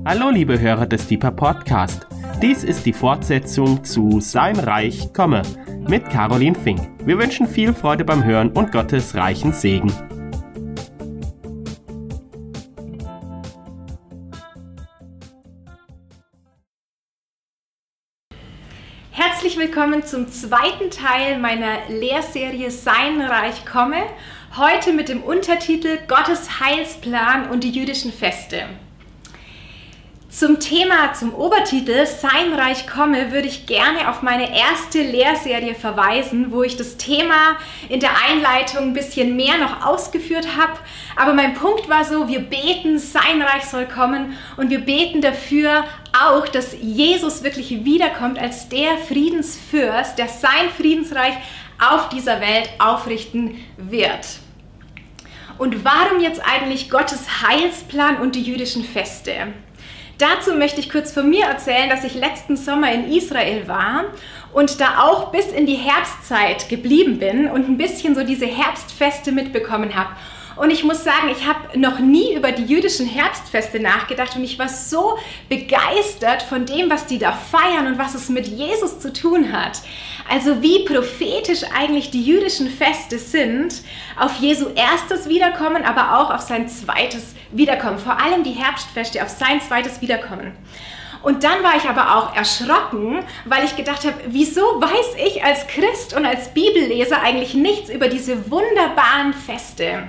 Hallo liebe Hörer des Deeper Podcast. Dies ist die Fortsetzung zu Sein Reich komme mit Caroline Fink. Wir wünschen viel Freude beim Hören und Gottes reichen Segen. Herzlich willkommen zum zweiten Teil meiner Lehrserie Sein Reich komme. Heute mit dem Untertitel Gottes Heilsplan und die jüdischen Feste. Zum Thema, zum Obertitel Sein Reich komme, würde ich gerne auf meine erste Lehrserie verweisen, wo ich das Thema in der Einleitung ein bisschen mehr noch ausgeführt habe. Aber mein Punkt war so, wir beten, sein Reich soll kommen und wir beten dafür auch, dass Jesus wirklich wiederkommt als der Friedensfürst, der sein Friedensreich auf dieser Welt aufrichten wird. Und warum jetzt eigentlich Gottes Heilsplan und die jüdischen Feste? Dazu möchte ich kurz von mir erzählen, dass ich letzten Sommer in Israel war und da auch bis in die Herbstzeit geblieben bin und ein bisschen so diese Herbstfeste mitbekommen habe. Und ich muss sagen, ich habe noch nie über die jüdischen Herbstfeste nachgedacht und ich war so begeistert von dem, was die da feiern und was es mit Jesus zu tun hat. Also wie prophetisch eigentlich die jüdischen Feste sind auf Jesu erstes Wiederkommen, aber auch auf sein zweites Wiederkommen. Vor allem die Herbstfeste auf sein zweites Wiederkommen. Und dann war ich aber auch erschrocken, weil ich gedacht habe, wieso weiß ich als Christ und als Bibelleser eigentlich nichts über diese wunderbaren Feste?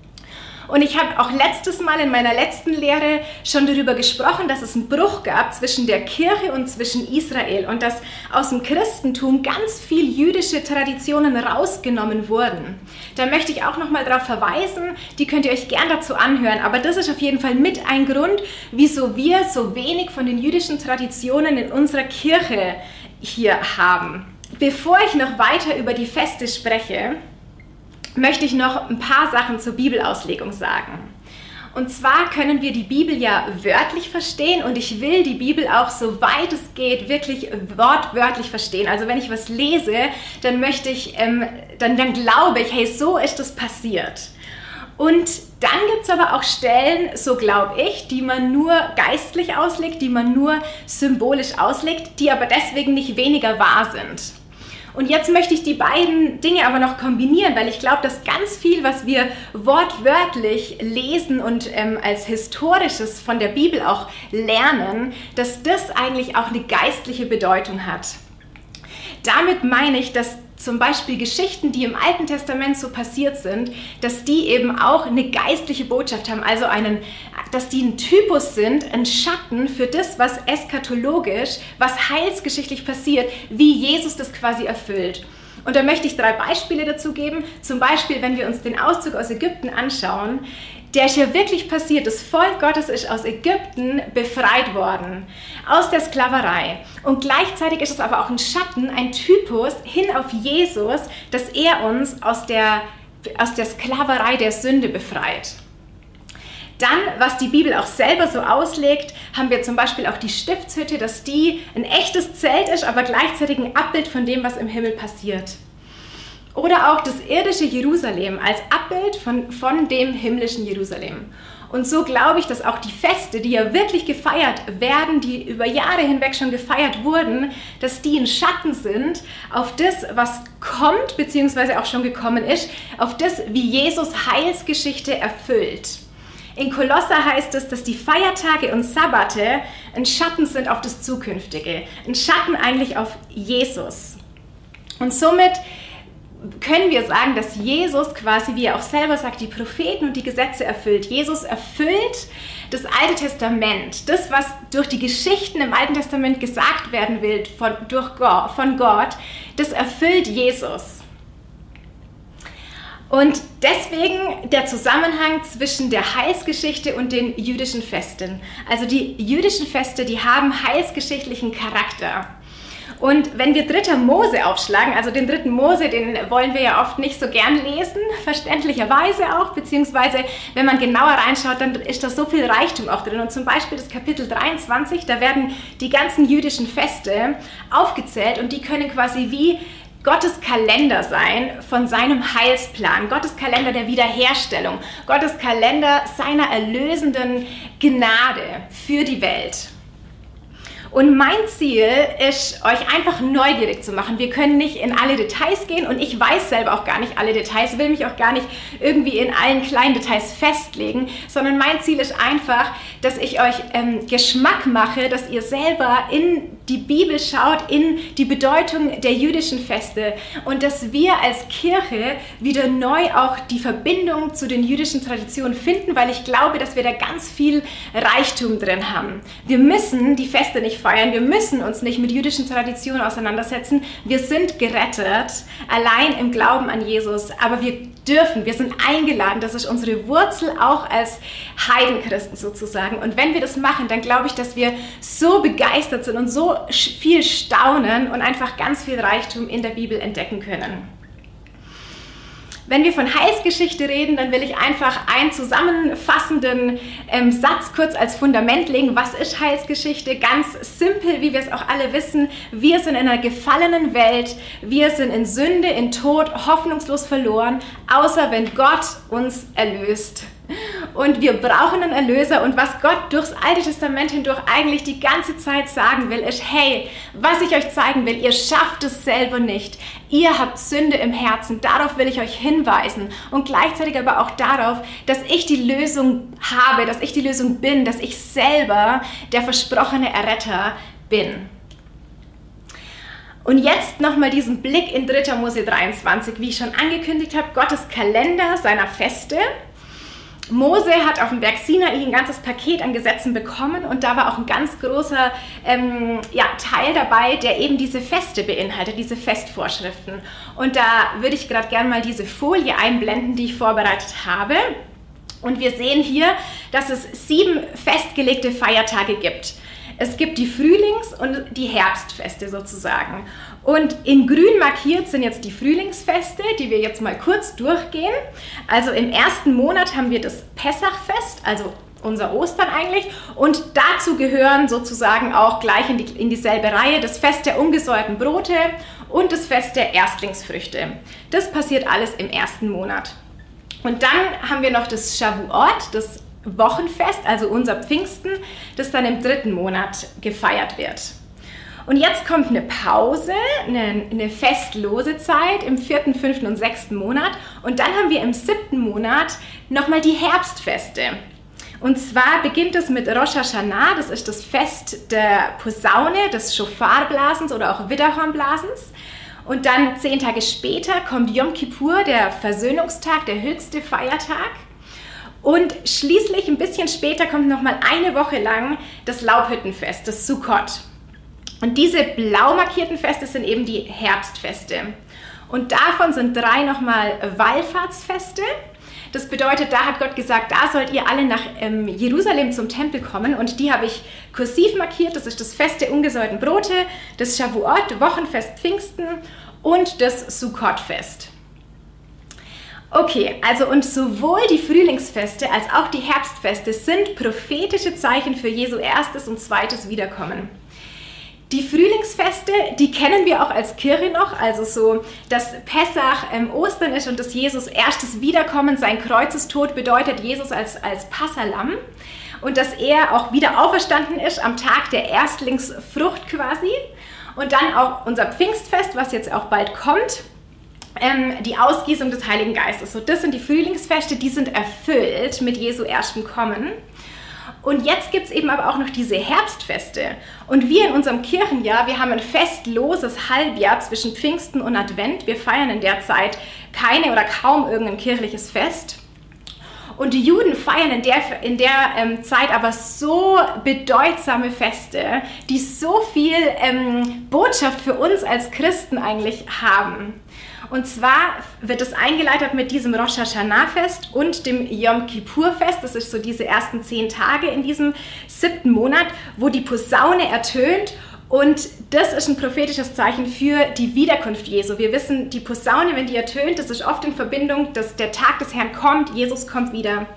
Und ich habe auch letztes Mal in meiner letzten Lehre schon darüber gesprochen, dass es einen Bruch gab zwischen der Kirche und zwischen Israel und dass aus dem Christentum ganz viel jüdische Traditionen rausgenommen wurden. Da möchte ich auch nochmal darauf verweisen, die könnt ihr euch gern dazu anhören, aber das ist auf jeden Fall mit ein Grund, wieso wir so wenig von den jüdischen Traditionen in unserer Kirche hier haben. Bevor ich noch weiter über die Feste spreche, möchte ich noch ein paar Sachen zur Bibelauslegung sagen. Und zwar können wir die Bibel ja wörtlich verstehen und ich will die Bibel auch, soweit es geht, wirklich wortwörtlich verstehen. Also wenn ich was lese, dann möchte ich, dann glaube ich, hey, so ist das passiert. Und dann gibt es aber auch Stellen, so glaube ich, die man nur geistlich auslegt, die man nur symbolisch auslegt, die aber deswegen nicht weniger wahr sind. Und jetzt möchte ich die beiden Dinge aber noch kombinieren, weil ich glaube, dass ganz viel, was wir wortwörtlich lesen und als Historisches von der Bibel auch lernen, dass das eigentlich auch eine geistliche Bedeutung hat. Damit meine ich, dass zum Beispiel Geschichten, die im Alten Testament so passiert sind, dass die eben auch eine geistliche Botschaft haben, also dass die ein Typus sind, ein Schatten für das, was eschatologisch, was heilsgeschichtlich passiert, wie Jesus das quasi erfüllt. Und da möchte ich 3 Beispiele dazu geben. Zum Beispiel, wenn wir uns den Auszug aus Ägypten anschauen, der ist ja wirklich passiert. Das Volk Gottes ist aus Ägypten befreit worden, aus der Sklaverei. Und gleichzeitig ist es aber auch ein Schatten, ein Typus hin auf Jesus, dass er uns aus der Sklaverei der Sünde befreit. Dann, was die Bibel auch selber so auslegt, haben wir zum Beispiel auch die Stiftshütte, dass die ein echtes Zelt ist, aber gleichzeitig ein Abbild von dem, was im Himmel passiert. Oder auch das irdische Jerusalem als Abbild von dem himmlischen Jerusalem. Und so glaube ich, dass auch die Feste, die ja wirklich gefeiert werden, die über Jahre hinweg schon gefeiert wurden, dass die ein Schatten sind auf das, was kommt, beziehungsweise auch schon gekommen ist, auf das, wie Jesus Heilsgeschichte erfüllt. In Kolosser heißt es, dass die Feiertage und Sabbate ein Schatten sind auf das Zukünftige, ein Schatten eigentlich auf Jesus. Und somit können wir sagen, dass Jesus quasi, wie er auch selber sagt, die Propheten und die Gesetze erfüllt. Jesus erfüllt das Alte Testament, das, was durch die Geschichten im Alten Testament gesagt werden will von Gott, das erfüllt Jesus. Und deswegen der Zusammenhang zwischen der Heilsgeschichte und den jüdischen Festen. Also die jüdischen Feste, die haben heilsgeschichtlichen Charakter. Und wenn wir 3. Mose aufschlagen, also den 3. Mose, den wollen wir ja oft nicht so gern lesen, verständlicherweise auch, beziehungsweise wenn man genauer reinschaut, dann ist da so viel Reichtum auch drin. Und zum Beispiel das Kapitel 23, da werden die ganzen jüdischen Feste aufgezählt und die können quasi wie Gottes Kalender sein von seinem Heilsplan, Gottes Kalender der Wiederherstellung, Gottes Kalender seiner erlösenden Gnade für die Welt. Und mein Ziel ist, euch einfach neugierig zu machen. Wir können nicht in alle Details gehen und ich weiß selber auch gar nicht alle Details, will mich auch gar nicht irgendwie in allen kleinen Details festlegen, sondern mein Ziel ist einfach, dass ich euch Geschmack mache, dass ihr selber in die Bibel schaut, in die Bedeutung der jüdischen Feste und dass wir als Kirche wieder neu auch die Verbindung zu den jüdischen Traditionen finden, weil ich glaube, dass wir da ganz viel Reichtum drin haben. Wir müssen die Feste nicht feiern, wir müssen uns nicht mit jüdischen Traditionen auseinandersetzen. Wir sind gerettet, allein im Glauben an Jesus, aber wir sind eingeladen, das ist unsere Wurzel auch als Heidenchristen sozusagen. Und wenn wir das machen, dann glaube ich, dass wir so begeistert sind und so viel staunen und einfach ganz viel Reichtum in der Bibel entdecken können. Wenn wir von Heilsgeschichte reden, dann will ich einfach einen zusammenfassenden Satz kurz als Fundament legen. Was ist Heilsgeschichte? Ganz simpel, wie wir es auch alle wissen. Wir sind in einer gefallenen Welt. Wir sind in Sünde, in Tod, hoffnungslos verloren, außer wenn Gott uns erlöst. Und wir brauchen einen Erlöser und was Gott durchs Alte Testament hindurch eigentlich die ganze Zeit sagen will, ist, hey, was ich euch zeigen will, ihr schafft es selber nicht. Ihr habt Sünde im Herzen, darauf will ich euch hinweisen und gleichzeitig aber auch darauf, dass ich die Lösung habe, dass ich die Lösung bin, dass ich selber der versprochene Erretter bin. Und jetzt nochmal diesen Blick in 3. Mose 23, wie ich schon angekündigt habe, Gottes Kalender seiner Feste. Mose hat auf dem Berg Sinai ein ganzes Paket an Gesetzen bekommen und da war auch ein ganz großer Teil dabei, der eben diese Feste beinhaltet, diese Festvorschriften. Und da würde ich gerade gerne mal diese Folie einblenden, die ich vorbereitet habe. Und wir sehen hier, dass es 7 festgelegte Feiertage gibt. Es gibt die Frühlings- und die Herbstfeste sozusagen. Und in grün markiert sind jetzt die Frühlingsfeste, die wir jetzt mal kurz durchgehen. Also im ersten Monat haben wir das Pessachfest, also unser Ostern eigentlich. Und dazu gehören sozusagen auch gleich in dieselbe Reihe das Fest der ungesäuerten Brote und das Fest der Erstlingsfrüchte. Das passiert alles im ersten Monat. Und dann haben wir noch das Shavuot, das Wochenfest, also unser Pfingsten, das dann im 3. Monat gefeiert wird. Und jetzt kommt eine Pause, eine festlose Zeit im 4., 5. und 6. Monat. Und dann haben wir im 7. Monat nochmal die Herbstfeste. Und zwar beginnt es mit Rosh Hashanah, das ist das Fest der Posaune, des Schofarblasens oder auch Widderhornblasens. Und dann 10 Tage später kommt Yom Kippur, der Versöhnungstag, der höchste Feiertag. Und schließlich, ein bisschen später, kommt nochmal eine Woche lang das Laubhüttenfest, das Sukkot. Und diese blau markierten Feste sind eben die Herbstfeste. Und davon sind 3 nochmal Wallfahrtsfeste. Das bedeutet, da hat Gott gesagt, da sollt ihr alle nach Jerusalem zum Tempel kommen. Und die habe ich kursiv markiert. Das ist das Fest der ungesäuerten Brote, das Shavuot, Wochenfest Pfingsten und das Sukkotfest. Okay, also und sowohl die Frühlingsfeste als auch die Herbstfeste sind prophetische Zeichen für Jesu erstes und zweites Wiederkommen. Die Frühlingsfeste, die kennen wir auch als Kirche noch, also so, dass Pessach Ostern ist und dass Jesus erstes Wiederkommen, sein Kreuzestod bedeutet Jesus als Passahlamm und dass er auch wieder auferstanden ist am Tag der Erstlingsfrucht quasi. Und dann auch unser Pfingstfest, was jetzt auch bald kommt, die Ausgießung des Heiligen Geistes. So, das sind die Frühlingsfeste, die sind erfüllt mit Jesu erstem Kommen. Und jetzt gibt es eben aber auch noch diese Herbstfeste. Und wir in unserem Kirchenjahr, wir haben ein festloses Halbjahr zwischen Pfingsten und Advent. Wir feiern in der Zeit keine oder kaum irgendein kirchliches Fest. Und die Juden feiern in der Zeit aber so bedeutsame Feste, die so viel Botschaft für uns als Christen eigentlich haben. Und zwar wird es eingeleitet mit diesem Rosh Hashanah-Fest und dem Yom Kippur-Fest. Das ist so diese ersten 10 Tage in diesem 7. Monat, wo die Posaune ertönt. Und das ist ein prophetisches Zeichen für die Wiederkunft Jesu. Wir wissen, die Posaune, wenn die ertönt, das ist oft in Verbindung, dass der Tag des Herrn kommt, Jesus kommt wieder.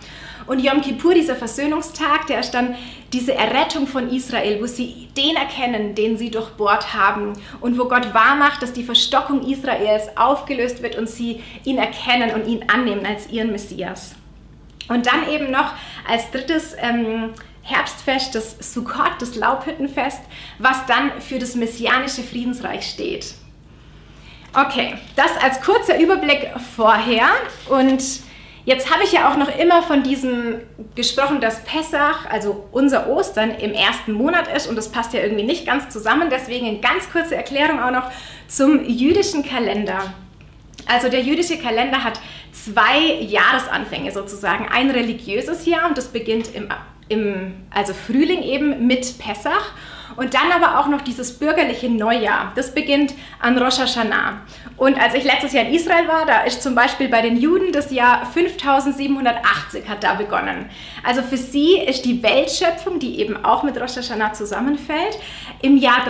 Und Yom Kippur, dieser Versöhnungstag, der ist dann diese Errettung von Israel, wo sie den erkennen, den sie durchbohrt haben und wo Gott wahrmacht, dass die Verstockung Israels aufgelöst wird und sie ihn erkennen und ihn annehmen als ihren Messias. Und dann eben noch als drittes Herbstfest, das Sukkot, das Laubhüttenfest, was dann für das messianische Friedensreich steht. Okay, das als kurzer Überblick vorher. Und jetzt habe ich ja auch noch immer von diesem gesprochen, dass Pessach, also unser Ostern, im ersten Monat ist. Und das passt ja irgendwie nicht ganz zusammen. Deswegen eine ganz kurze Erklärung auch noch zum jüdischen Kalender. Also der jüdische Kalender hat 2 Jahresanfänge sozusagen. Ein religiöses Jahr und das beginnt also Frühling eben mit Pessach. Und dann aber auch noch dieses bürgerliche Neujahr. Das beginnt an Rosh Hashanah. Und als ich letztes Jahr in Israel war, da ist zum Beispiel bei den Juden das Jahr 5780 hat da begonnen. Also für sie ist die Weltschöpfung, die eben auch mit Rosh Hashanah zusammenfällt, im Jahr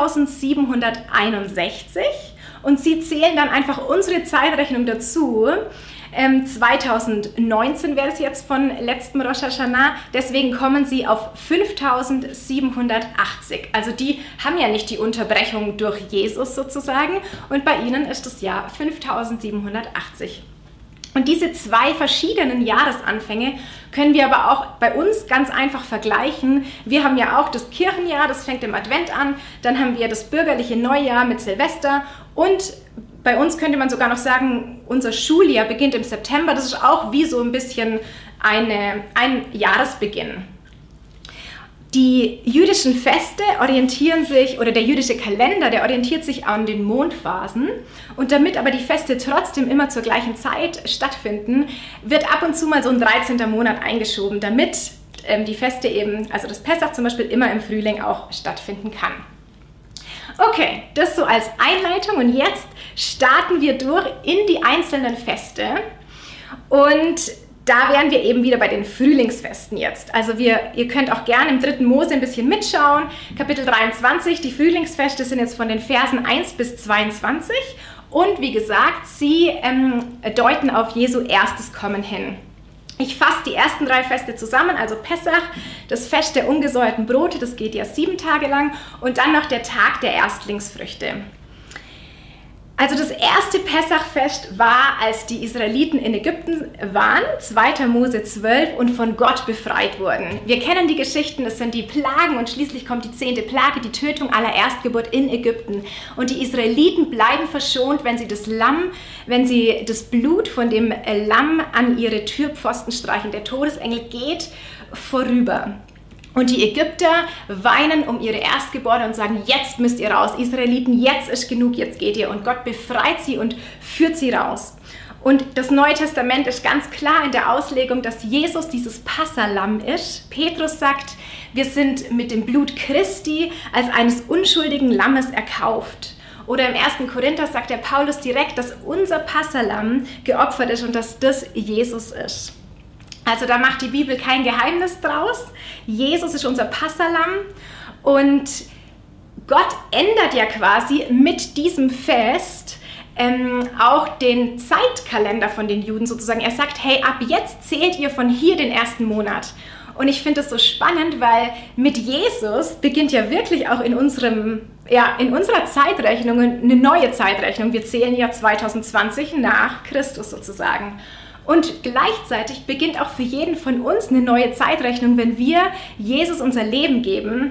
3761. Und sie zählen dann einfach unsere Zeitrechnung dazu. 2019 wäre es jetzt von letztem Rosh Hashanah, deswegen kommen sie auf 5780. Also die haben ja nicht die Unterbrechung durch Jesus sozusagen und bei ihnen ist das Jahr 5780. Und diese 2 verschiedenen Jahresanfänge können wir aber auch bei uns ganz einfach vergleichen. Wir haben ja auch das Kirchenjahr, das fängt im Advent an, dann haben wir das bürgerliche Neujahr mit Silvester und bei uns könnte man sogar noch sagen, unser Schuljahr beginnt im September. Das ist auch wie so ein bisschen ein Jahresbeginn. Die jüdischen Feste orientieren sich, oder der jüdische Kalender, der orientiert sich an den Mondphasen. Und damit aber die Feste trotzdem immer zur gleichen Zeit stattfinden, wird ab und zu mal so ein 13. Monat eingeschoben, damit die Feste eben, also das Pessach zum Beispiel, immer im Frühling auch stattfinden kann. Okay, das so als Einleitung und jetzt starten wir durch in die einzelnen Feste und da wären wir eben wieder bei den Frühlingsfesten jetzt. Also ihr könnt auch gerne im 3. Mose ein bisschen mitschauen. Kapitel 23, die Frühlingsfeste sind jetzt von den Versen 1 bis 22 und wie gesagt, sie deuten auf Jesu erstes Kommen hin. Ich fasse die ersten 3 Feste zusammen, also Pessach, das Fest der ungesäuerten Brote, das geht ja 7 Tage lang und dann noch der Tag der Erstlingsfrüchte. Also das erste Pessachfest war, als die Israeliten in Ägypten waren, 2. Mose 12, und von Gott befreit wurden. Wir kennen die Geschichten, es sind die Plagen und schließlich kommt die 10. Plage, die Tötung aller Erstgeburt in Ägypten. Und die Israeliten bleiben verschont, wenn sie das Blut von dem Lamm an ihre Türpfosten streichen. Der Todesengel geht vorüber. Und die Ägypter weinen um ihre Erstgeborenen und sagen, jetzt müsst ihr raus, Israeliten, jetzt ist genug, jetzt geht ihr. Und Gott befreit sie und führt sie raus. Und das Neue Testament ist ganz klar in der Auslegung, dass Jesus dieses Passalamm ist. Petrus sagt, wir sind mit dem Blut Christi als eines unschuldigen Lammes erkauft. Oder im 1. Korinther sagt der Paulus direkt, dass unser Passalamm geopfert ist und dass das Jesus ist. Also da macht die Bibel kein Geheimnis draus. Jesus ist unser Passalamm und Gott ändert ja quasi mit diesem Fest auch den Zeitkalender von den Juden sozusagen. Er sagt, hey, ab jetzt zählt ihr von hier den ersten Monat. Und ich finde das so spannend, weil mit Jesus beginnt ja wirklich auch in unserer Zeitrechnung eine neue Zeitrechnung. Wir zählen ja 2020 nach Christus sozusagen. Und gleichzeitig beginnt auch für jeden von uns eine neue Zeitrechnung, wenn wir Jesus unser Leben geben.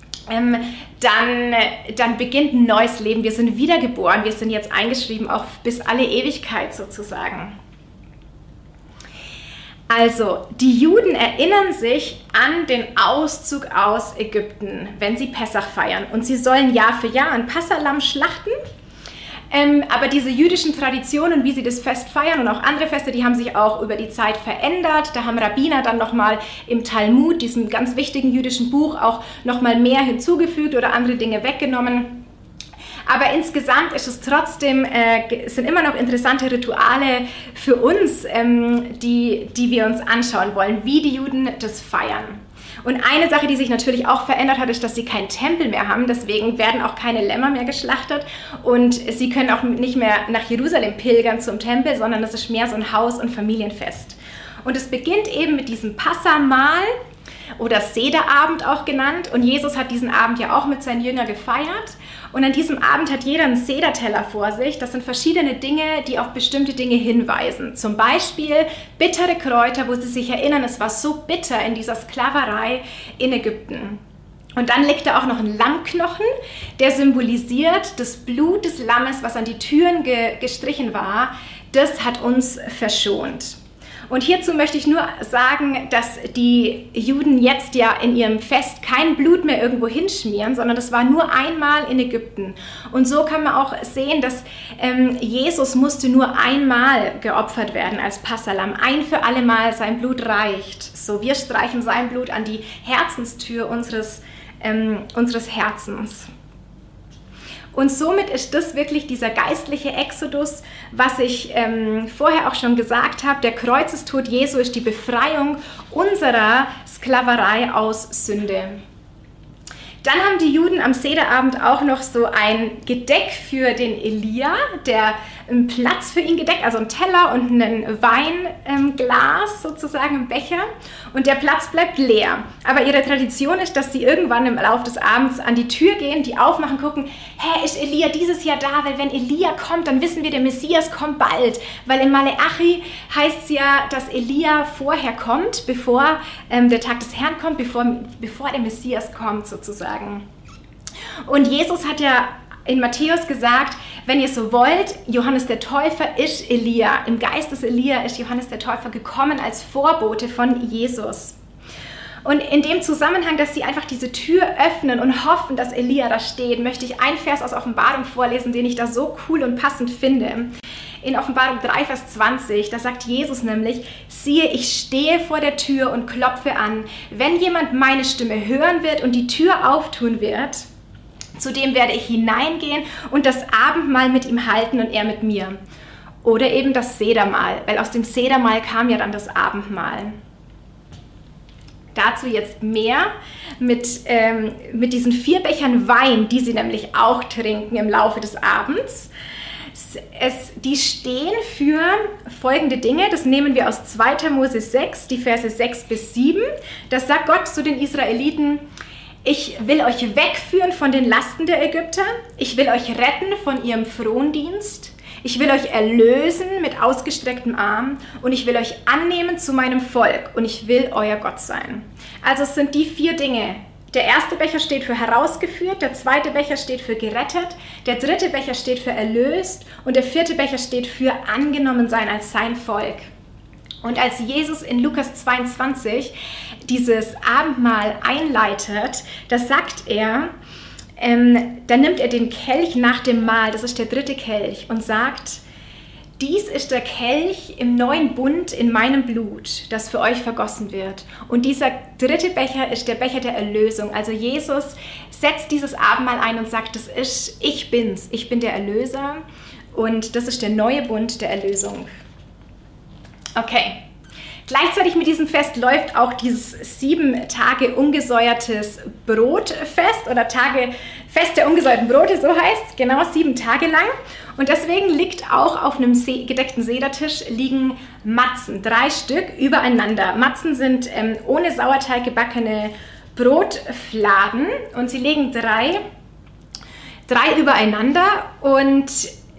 Dann beginnt ein neues Leben. Wir sind wiedergeboren, wir sind jetzt eingeschrieben, auch bis alle Ewigkeit sozusagen. Also, die Juden erinnern sich an den Auszug aus Ägypten, wenn sie Pessach feiern. Und sie sollen Jahr für Jahr ein Passalamm schlachten. Aber diese jüdischen Traditionen, wie sie das Fest feiern und auch andere Feste, die haben sich auch über die Zeit verändert. Da haben Rabbiner dann nochmal im Talmud, diesem ganz wichtigen jüdischen Buch, auch nochmal mehr hinzugefügt oder andere Dinge weggenommen. Aber insgesamt ist es trotzdem, sind immer noch interessante Rituale für uns, die wir uns anschauen wollen, wie die Juden das feiern. Und eine Sache, die sich natürlich auch verändert hat, ist, dass sie keinen Tempel mehr haben. Deswegen werden auch keine Lämmer mehr geschlachtet. Und sie können auch nicht mehr nach Jerusalem pilgern zum Tempel, sondern das ist mehr so ein Haus- und Familienfest. Und es beginnt eben mit diesem Passamahl oder Sederabend auch genannt. Und Jesus hat diesen Abend ja auch mit seinen Jüngern gefeiert. Und an diesem Abend hat jeder einen Sederteller vor sich. Das sind verschiedene Dinge, die auf bestimmte Dinge hinweisen. Zum Beispiel bittere Kräuter, wo sie sich erinnern, es war so bitter in dieser Sklaverei in Ägypten. Und dann liegt da auch noch ein Lammknochen, der symbolisiert das Blut des Lammes, was an die Türen gestrichen war. Das hat uns verschont. Und hierzu möchte ich nur sagen, dass die Juden jetzt ja in ihrem Fest kein Blut mehr irgendwo hinschmieren, sondern das war nur einmal in Ägypten. Und so kann man auch sehen, dass Jesus musste nur einmal geopfert werden als Passahlamm. Ein für alle Mal sein Blut reicht. So, wir streichen sein Blut an die Herzenstür unseres Herzens. Und somit ist das wirklich dieser geistliche Exodus, was ich vorher auch schon gesagt habe. Der Kreuzestod Jesu ist die Befreiung unserer Sklaverei aus Sünde. Dann haben die Juden am Sederabend auch noch so ein Gedeck für den Elia, der einen Platz für ihn gedeckt, also einen Teller und ein Weinglas sozusagen, ein Becher. Und der Platz bleibt leer. Aber ihre Tradition ist, dass sie irgendwann im Laufe des Abends an die Tür gehen, die aufmachen, gucken, hä, ist Elia dieses Jahr da? Weil wenn Elia kommt, dann wissen wir, der Messias kommt bald. Weil in Maleachi heißt es ja, dass Elia vorher kommt, bevor der Tag des Herrn kommt, bevor der Messias kommt sozusagen. Und Jesus hat ja in Matthäus gesagt, wenn ihr so wollt, Johannes der Täufer ist Elia. Im Geist des Elia ist Johannes der Täufer gekommen als Vorbote von Jesus. Und in dem Zusammenhang, dass sie einfach diese Tür öffnen und hoffen, dass Elia da steht, möchte ich einen Vers aus Offenbarung vorlesen, den ich da so cool und passend finde. In Offenbarung 3, Vers 20, da sagt Jesus nämlich, siehe, ich stehe vor der Tür und klopfe an. Wenn jemand meine Stimme hören wird und die Tür auftun wird, zu dem werde ich hineingehen und das Abendmahl mit ihm halten und er mit mir. Oder eben das Sedermahl, weil aus dem Sedermahl kam ja dann das Abendmahl. Dazu jetzt mehr mit diesen 4 Bechern Wein, die sie nämlich auch trinken im Laufe des Abends. Die stehen für folgende Dinge, das nehmen wir aus 2. Mose 6, die Verse 6 bis 7. Das sagt Gott zu den Israeliten, ich will euch wegführen von den Lasten der Ägypter, ich will euch retten von ihrem Frondienst, ich will euch erlösen mit ausgestrecktem Arm und ich will euch annehmen zu meinem Volk und ich will euer Gott sein. Also es sind die 4 Dinge. Der erste Becher steht für herausgeführt, der zweite Becher steht für gerettet, der dritte Becher steht für erlöst und der vierte Becher steht für angenommen sein als sein Volk. Und als Jesus in Lukas 22 dieses Abendmahl einleitet, das sagt er, dann nimmt er den Kelch nach dem Mahl, das ist der 3. Kelch, und sagt, dies ist der Kelch im neuen Bund in meinem Blut, das für euch vergossen wird. Und dieser 3. Becher ist der Becher der Erlösung. Also Jesus setzt dieses Abendmahl ein und sagt, das ist, ich bin's, ich bin der Erlöser und das ist der neue Bund der Erlösung. Okay. Gleichzeitig mit diesem Fest läuft auch dieses 7 Tage ungesäuertes Brotfest oder Fest der ungesäuerten Brote, so heißt es, genau 7 Tage lang. Und deswegen liegt auch auf einem gedeckten Sedertisch liegen Matzen, 3 Stück übereinander. Matzen sind ohne Sauerteig gebackene Brotfladen und sie liegen drei übereinander und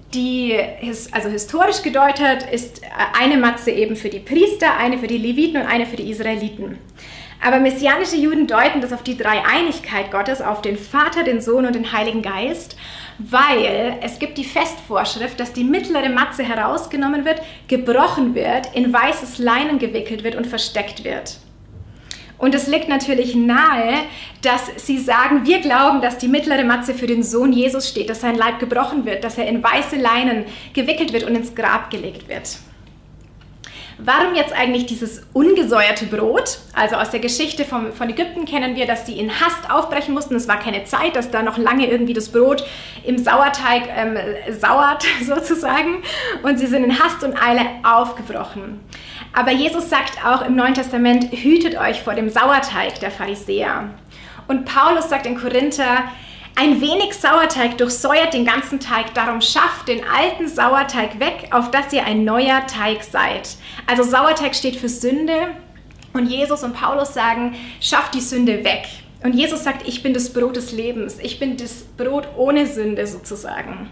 also historisch gedeutet ist eine Matze eben für die Priester, eine für die Leviten und eine für die Israeliten. Aber messianische Juden deuten das auf die Dreieinigkeit Gottes, auf den Vater, den Sohn und den Heiligen Geist, weil es gibt die Festvorschrift, dass die mittlere Matze herausgenommen wird, gebrochen wird, in weißes Leinen gewickelt wird und versteckt wird. Und es liegt natürlich nahe, dass sie sagen, wir glauben, dass die mittlere Matze für den Sohn Jesus steht, dass sein Leib gebrochen wird, dass er in weiße Leinen gewickelt wird und ins Grab gelegt wird. Warum jetzt eigentlich dieses ungesäuerte Brot? Also aus der Geschichte von Ägypten kennen wir, dass die in Hast aufbrechen mussten. Es war keine Zeit, dass da noch lange irgendwie das Brot im Sauerteig sauert sozusagen. Und sie sind in Hast und Eile aufgebrochen. Aber Jesus sagt auch im Neuen Testament, hütet euch vor dem Sauerteig der Pharisäer. Und Paulus sagt in Korinther, Ein wenig Sauerteig durchsäuert den ganzen Teig, darum schafft den alten Sauerteig weg, auf dass ihr ein neuer Teig seid. Also Sauerteig steht für Sünde und Jesus und Paulus sagen, schafft die Sünde weg. Und Jesus sagt, ich bin das Brot des Lebens, ich bin das Brot ohne Sünde sozusagen.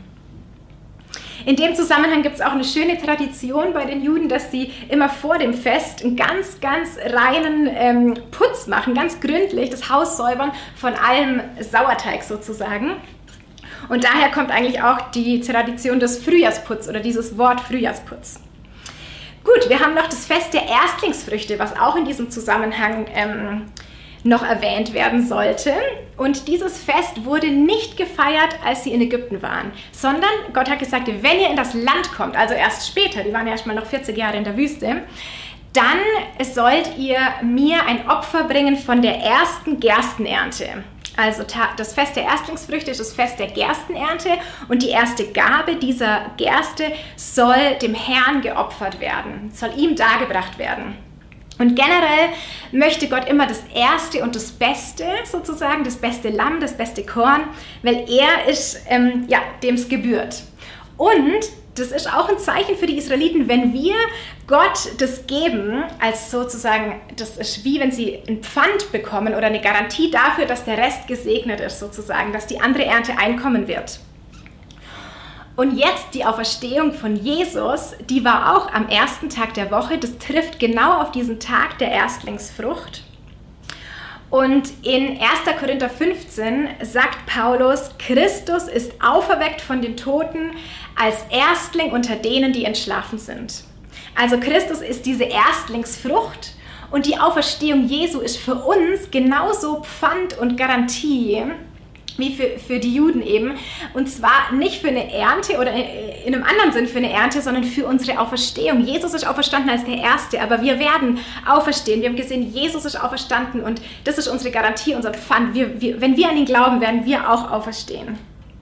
In dem Zusammenhang gibt es auch eine schöne Tradition bei den Juden, dass sie immer vor dem Fest einen ganz, ganz reinen Putz machen, ganz gründlich das Haus säubern von allem Sauerteig sozusagen. Und daher kommt eigentlich auch die Tradition des Frühjahrsputz oder dieses Wort Frühjahrsputz. Gut, wir haben noch das Fest der Erstlingsfrüchte, was auch in diesem Zusammenhang noch erwähnt werden sollte. Und dieses Fest wurde nicht gefeiert, als sie in Ägypten waren, sondern Gott hat gesagt, wenn ihr in das Land kommt, also erst später, die waren ja erst mal noch 40 Jahre in der Wüste, dann sollt ihr mir ein Opfer bringen von der ersten Gerstenernte. Also das Fest der Erstlingsfrüchte ist das Fest der Gerstenernte und die erste Gabe dieser Gerste soll dem Herrn geopfert werden, soll ihm dargebracht werden. Und generell möchte Gott immer das Erste und das Beste sozusagen, das beste Lamm, das beste Korn, weil er ist, dem es gebührt. Und das ist auch ein Zeichen für die Israeliten, wenn wir Gott das geben, als sozusagen, das ist wie wenn sie ein Pfand bekommen oder eine Garantie dafür, dass der Rest gesegnet ist sozusagen, dass die andere Ernte einkommen wird. Und jetzt die Auferstehung von Jesus, die war auch am ersten Tag der Woche. Das trifft genau auf diesen Tag der Erstlingsfrucht. Und in 1. Korinther 15 sagt Paulus, Christus ist auferweckt von den Toten als Erstling unter denen, die entschlafen sind. Also Christus ist diese Erstlingsfrucht und die Auferstehung Jesu ist für uns genauso Pfand und Garantie wie für die Juden eben. Und zwar nicht für eine Ernte oder in einem anderen Sinn für eine Ernte, sondern für unsere Auferstehung. Jesus ist auferstanden als der Erste, aber wir werden auferstehen. Wir haben gesehen, Jesus ist auferstanden und das ist unsere Garantie, unser Pfand. Wenn wir an ihn glauben, werden wir auch auferstehen.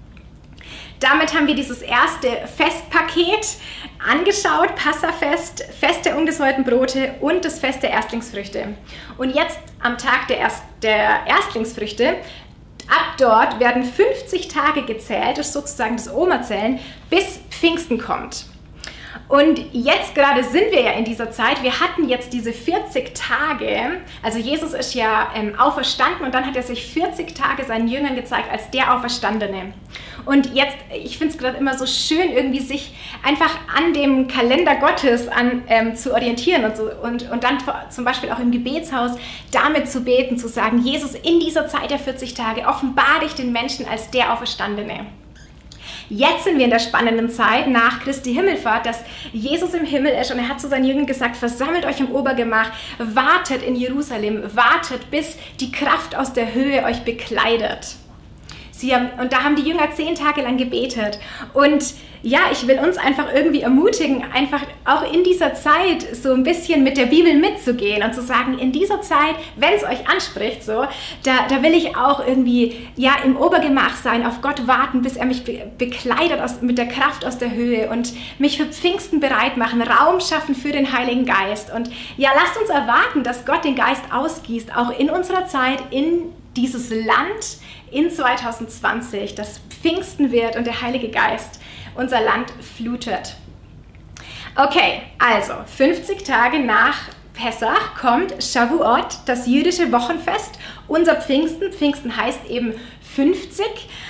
Damit haben wir dieses erste Festpaket angeschaut, Passafest, Fest der ungesäuerten Brote und das Fest der Erstlingsfrüchte. Und jetzt am Tag der Erstlingsfrüchte, ab dort werden 50 Tage gezählt, das ist sozusagen das Oma-Zählen, bis Pfingsten kommt. Und jetzt gerade sind wir ja in dieser Zeit, wir hatten jetzt diese 40 Tage, also Jesus ist ja auferstanden und dann hat er sich 40 Tage seinen Jüngern gezeigt als der Auferstandene. Und jetzt, ich finde es gerade immer so schön, irgendwie sich einfach an dem Kalender Gottes zu orientieren und so und dann zum Beispiel auch im Gebetshaus damit zu beten, zu sagen, Jesus, in dieser Zeit der 40 Tage offenbare ich den Menschen als der Auferstandene. Jetzt sind wir in der spannenden Zeit nach Christi Himmelfahrt, dass Jesus im Himmel ist und er hat zu seinen Jüngern gesagt, versammelt euch im Obergemach, wartet in Jerusalem, bis die Kraft aus der Höhe euch bekleidet. Und da haben die Jünger 10 Tage lang gebetet. Und ja, ich will uns einfach irgendwie ermutigen, einfach auch in dieser Zeit so ein bisschen mit der Bibel mitzugehen und zu sagen, in dieser Zeit, wenn es euch anspricht, so, da will ich auch irgendwie ja im Obergemach sein, auf Gott warten, bis er mich bekleidet mit der Kraft aus der Höhe und mich für Pfingsten bereit machen, Raum schaffen für den Heiligen Geist. Und ja, lasst uns erwarten, dass Gott den Geist ausgießt, auch in unserer Zeit, in dieses Land, in 2020, dass Pfingsten wird und der Heilige Geist unser Land flutet. Okay, also 50 Tage nach Pessach kommt Shavuot, das jüdische Wochenfest, unser Pfingsten. Pfingsten heißt eben 50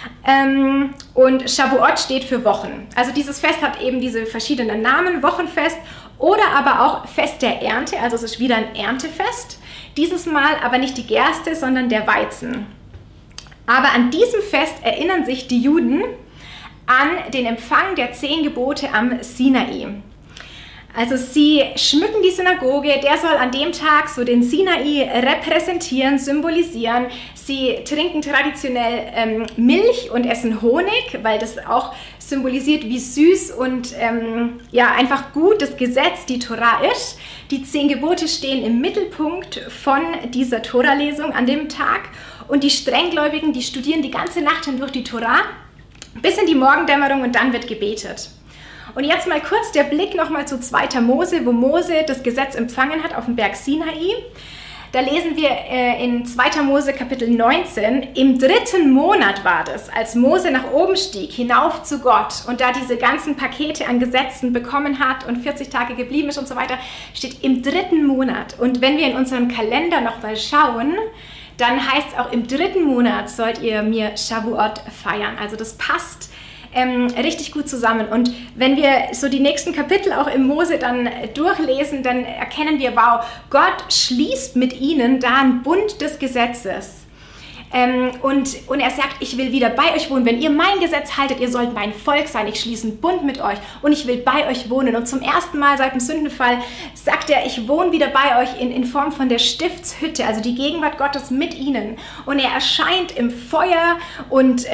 und Shavuot steht für Wochen. Also dieses Fest hat eben diese verschiedenen Namen, Wochenfest oder aber auch Fest der Ernte, also es ist wieder ein Erntefest. Dieses Mal aber nicht die Gerste, sondern der Weizen. Aber an diesem Fest erinnern sich die Juden an den Empfang der 10 Gebote am Sinai. Also sie schmücken die Synagoge, der soll an dem Tag so den Sinai repräsentieren, symbolisieren. Sie trinken traditionell Milch und essen Honig, weil das auch symbolisiert, wie süß und einfach gut das Gesetz, die Tora ist. Die 10 Gebote stehen im Mittelpunkt von dieser Tora-Lesung an dem Tag. Und die Strenggläubigen, die studieren die ganze Nacht hindurch die Tora bis in die Morgendämmerung und dann wird gebetet. Und jetzt mal kurz der Blick nochmal zu 2. Mose, wo Mose das Gesetz empfangen hat auf dem Berg Sinai. Da lesen wir in 2. Mose Kapitel 19, im 3. Monat war das, als Mose nach oben stieg, hinauf zu Gott und da diese ganzen Pakete an Gesetzen bekommen hat und 40 Tage geblieben ist und so weiter, steht im 3. Monat. Und wenn wir in unserem Kalender nochmal schauen, dann heißt es auch, im 3. Monat sollt ihr mir Shavuot feiern. Also das passt richtig gut zusammen. Und wenn wir so die nächsten Kapitel auch im Mose dann durchlesen, dann erkennen wir, wow, Gott schließt mit ihnen da einen Bund des Gesetzes. Und er sagt, ich will wieder bei euch wohnen. Wenn ihr mein Gesetz haltet, ihr sollt mein Volk sein. Ich schließe einen Bund mit euch und ich will bei euch wohnen. Und zum ersten Mal seit dem Sündenfall sagt er, ich wohne wieder bei euch in Form von der Stiftshütte, also die Gegenwart Gottes mit ihnen. Und er erscheint im Feuer und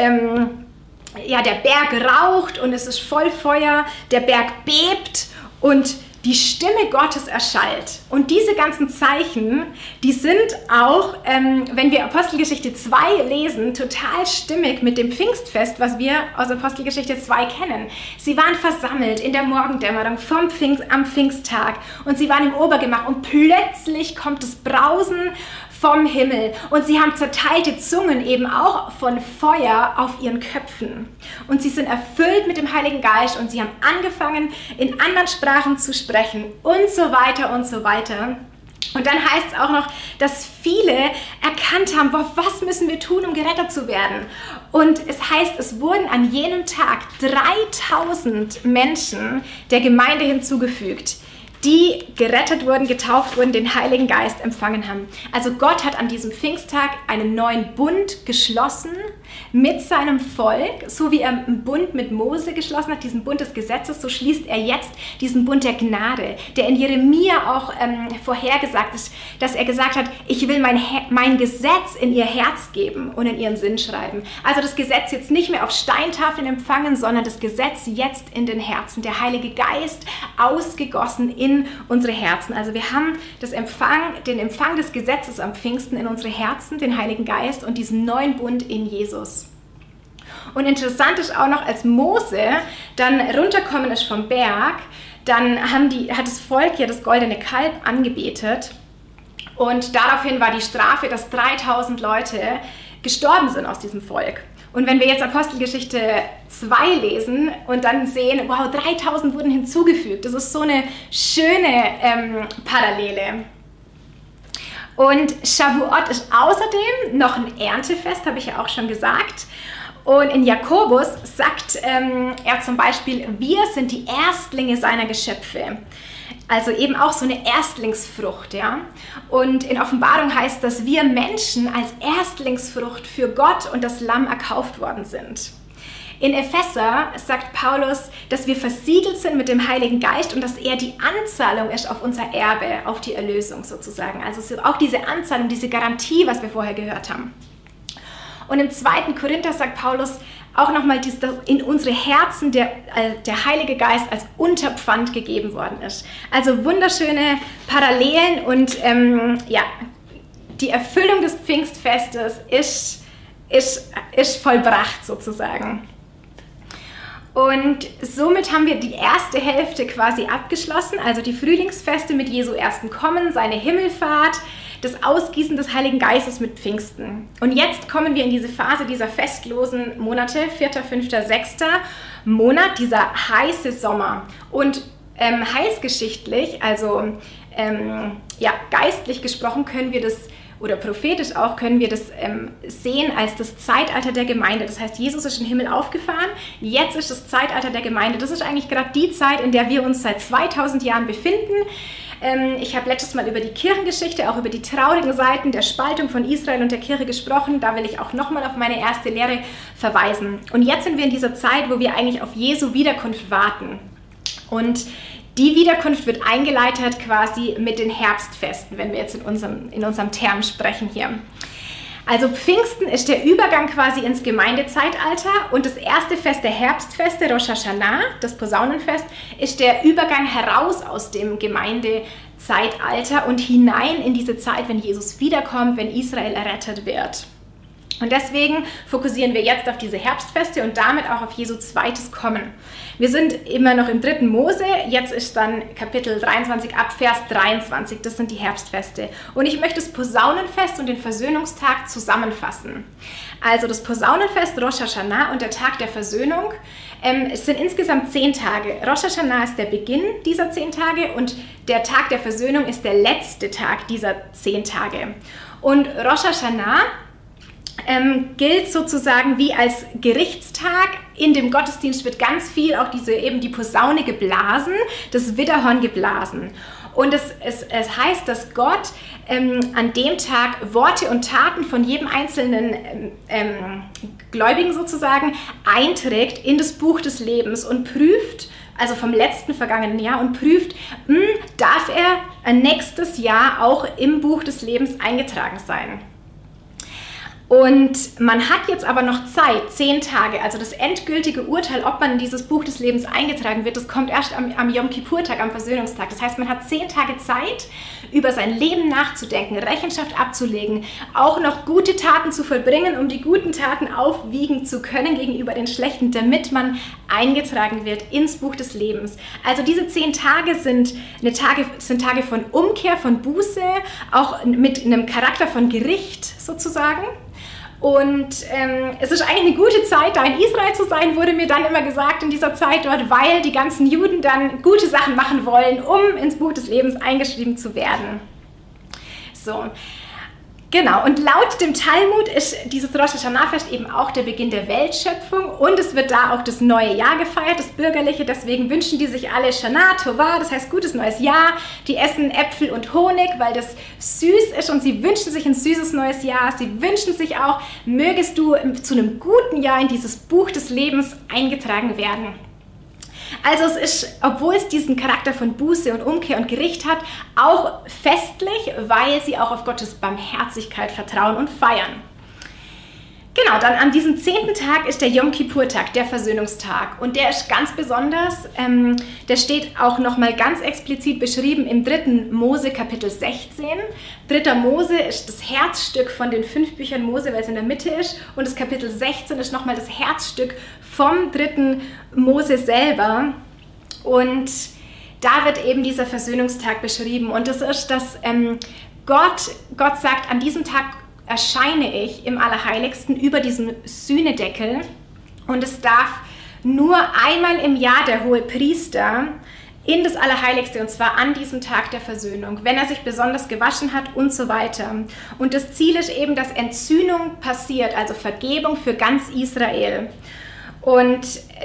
der Berg raucht und es ist voll Feuer, der Berg bebt und die Stimme Gottes erschallt. Und diese ganzen Zeichen, die sind auch, wenn wir Apostelgeschichte 2 lesen, total stimmig mit dem Pfingstfest, was wir aus Apostelgeschichte 2 kennen. Sie waren versammelt in der Morgendämmerung am Pfingsttag und sie waren im Obergemach und plötzlich kommt das Brausen vom Himmel und sie haben zerteilte Zungen eben auch von Feuer auf ihren Köpfen und sie sind erfüllt mit dem Heiligen Geist und sie haben angefangen in anderen Sprachen zu sprechen und so weiter und so weiter. Und dann heißt es auch noch, dass viele erkannt haben, boah, was müssen wir tun, um gerettet zu werden? Und es heißt, es wurden an jenem Tag 3000 Menschen der Gemeinde hinzugefügt, die gerettet wurden, getauft wurden, den Heiligen Geist empfangen haben. Also Gott hat an diesem Pfingsttag einen neuen Bund geschlossen mit seinem Volk, so wie er einen Bund mit Mose geschlossen hat, diesen Bund des Gesetzes, so schließt er jetzt diesen Bund der Gnade, der in Jeremia auch vorhergesagt ist, dass er gesagt hat, ich will mein Gesetz in ihr Herz geben und in ihren Sinn schreiben. Also das Gesetz jetzt nicht mehr auf Steintafeln empfangen, sondern das Gesetz jetzt in den Herzen, der Heilige Geist ausgegossen in unsere Herzen. Also wir haben den Empfang des Gesetzes am Pfingsten in unsere Herzen, den Heiligen Geist und diesen neuen Bund in Jesus. Und interessant ist auch noch, als Mose dann runtergekommen ist vom Berg, dann hat das Volk ja das goldene Kalb angebetet und daraufhin war die Strafe, dass 3000 Leute gestorben sind aus diesem Volk. Und wenn wir jetzt Apostelgeschichte 2 lesen und dann sehen, wow, 3000 wurden hinzugefügt, das ist so eine schöne Parallele. Und Shavuot ist außerdem noch ein Erntefest, habe ich ja auch schon gesagt. Und in Jakobus sagt er zum Beispiel, wir sind die Erstlinge seiner Geschöpfe. Also eben auch so eine Erstlingsfrucht, ja. Und in Offenbarung heißt, dass wir Menschen als Erstlingsfrucht für Gott und das Lamm erkauft worden sind. In Epheser sagt Paulus, dass wir versiegelt sind mit dem Heiligen Geist und dass er die Anzahlung ist auf unser Erbe, auf die Erlösung sozusagen. Also auch diese Anzahlung, diese Garantie, was wir vorher gehört haben. Und im 2. Korinther sagt Paulus auch nochmal, dass in unsere Herzen der Heilige Geist als Unterpfand gegeben worden ist. Also wunderschöne Parallelen und die Erfüllung des Pfingstfestes ist vollbracht sozusagen. Und somit haben wir die erste Hälfte quasi abgeschlossen, also die Frühlingsfeste mit Jesu ersten Kommen, seine Himmelfahrt, das Ausgießen des Heiligen Geistes mit Pfingsten. Und jetzt kommen wir in diese Phase dieser festlosen Monate, 4., 5., 6. Monat, dieser heiße Sommer. Und heilsgeschichtlich, also geistlich gesprochen können wir das, oder prophetisch auch, können wir das sehen als das Zeitalter der Gemeinde. Das heißt, Jesus ist in den Himmel aufgefahren, jetzt ist das Zeitalter der Gemeinde. Das ist eigentlich gerade die Zeit, in der wir uns seit 2000 Jahren befinden. Ich habe letztes Mal über die Kirchengeschichte, auch über die traurigen Seiten der Spaltung von Israel und der Kirche gesprochen. Da will ich auch nochmal auf meine erste Lehre verweisen. Und jetzt sind wir in dieser Zeit, wo wir eigentlich auf Jesu Wiederkunft warten. Und die Wiederkunft wird eingeleitet quasi mit den Herbstfesten, wenn wir jetzt in unserem Term sprechen hier. Also Pfingsten ist der Übergang quasi ins Gemeindezeitalter und das erste Fest der Herbstfeste, Rosh Hashanah, das Posaunenfest, ist der Übergang heraus aus dem Gemeindezeitalter und hinein in diese Zeit, wenn Jesus wiederkommt, wenn Israel errettet wird. Und deswegen fokussieren wir jetzt auf diese Herbstfeste und damit auch auf Jesu zweites Kommen. Wir sind immer noch im 3. Mose, jetzt ist dann Kapitel 23 ab Vers 23, das sind die Herbstfeste. Und ich möchte das Posaunenfest und den Versöhnungstag zusammenfassen. Also das Posaunenfest, Rosh Hashanah und der Tag der Versöhnung, es sind insgesamt 10 Tage. Rosh Hashanah ist der Beginn dieser 10 Tage und der Tag der Versöhnung ist der letzte Tag dieser 10 Tage. Und Rosh Hashanah gilt sozusagen wie als Gerichtstag. In dem Gottesdienst wird ganz viel auch die Posaune geblasen, das Widderhorn geblasen. Und es heißt, dass Gott an dem Tag Worte und Taten von jedem einzelnen Gläubigen sozusagen einträgt in das Buch des Lebens und prüft, also vom letzten vergangenen Jahr, und prüft, darf er nächstes Jahr auch im Buch des Lebens eingetragen sein. Und man hat jetzt aber noch Zeit, 10 Tage, also das endgültige Urteil, ob man in dieses Buch des Lebens eingetragen wird, das kommt erst am Yom Kippur-Tag, am Versöhnungstag. Das heißt, man hat 10 Tage Zeit, über sein Leben nachzudenken, Rechenschaft abzulegen, auch noch gute Taten zu vollbringen, um die guten Taten aufwiegen zu können gegenüber den schlechten, damit man eingetragen wird ins Buch des Lebens. Also diese 10 Tage sind Tage von Umkehr, von Buße, auch mit einem Charakter von Gericht sozusagen. Und es ist eigentlich eine gute Zeit, da in Israel zu sein, wurde mir dann immer gesagt in dieser Zeit dort, weil die ganzen Juden dann gute Sachen machen wollen, um ins Buch des Lebens eingeschrieben zu werden. So, genau. Und laut dem Talmud ist dieses Rosh Hashanah-Fest eben auch der Beginn der Weltschöpfung und es wird da auch das neue Jahr gefeiert, das bürgerliche. Deswegen wünschen die sich alle Shana Tova, das heißt gutes neues Jahr. Die essen Äpfel und Honig, weil das süß ist und sie wünschen sich ein süßes neues Jahr. Sie wünschen sich auch, mögest du zu einem guten Jahr in dieses Buch des Lebens eingetragen werden. Also es ist, obwohl es diesen Charakter von Buße und Umkehr und Gericht hat, auch festlich, weil sie auch auf Gottes Barmherzigkeit vertrauen und feiern. Genau, dann an diesem 10. Tag ist der Yom Kippur-Tag, der Versöhnungstag. Und der ist ganz besonders, der steht auch nochmal ganz explizit beschrieben im 3. Mose Kapitel 16. 3. Mose ist das Herzstück von den 5 Büchern Mose, weil es in der Mitte ist. Und das Kapitel 16 ist nochmal das Herzstück vom 3. Mose selber. Und da wird eben dieser Versöhnungstag beschrieben. Und das ist, dass Gott sagt, an diesem Tag erscheine ich im Allerheiligsten über diesem Sühnedeckel und es darf nur einmal im Jahr der Hohepriester in das Allerheiligste und zwar an diesem Tag der Versöhnung, wenn er sich besonders gewaschen hat und so weiter. Und das Ziel ist eben, dass Entsühnung passiert, also Vergebung für ganz Israel. Und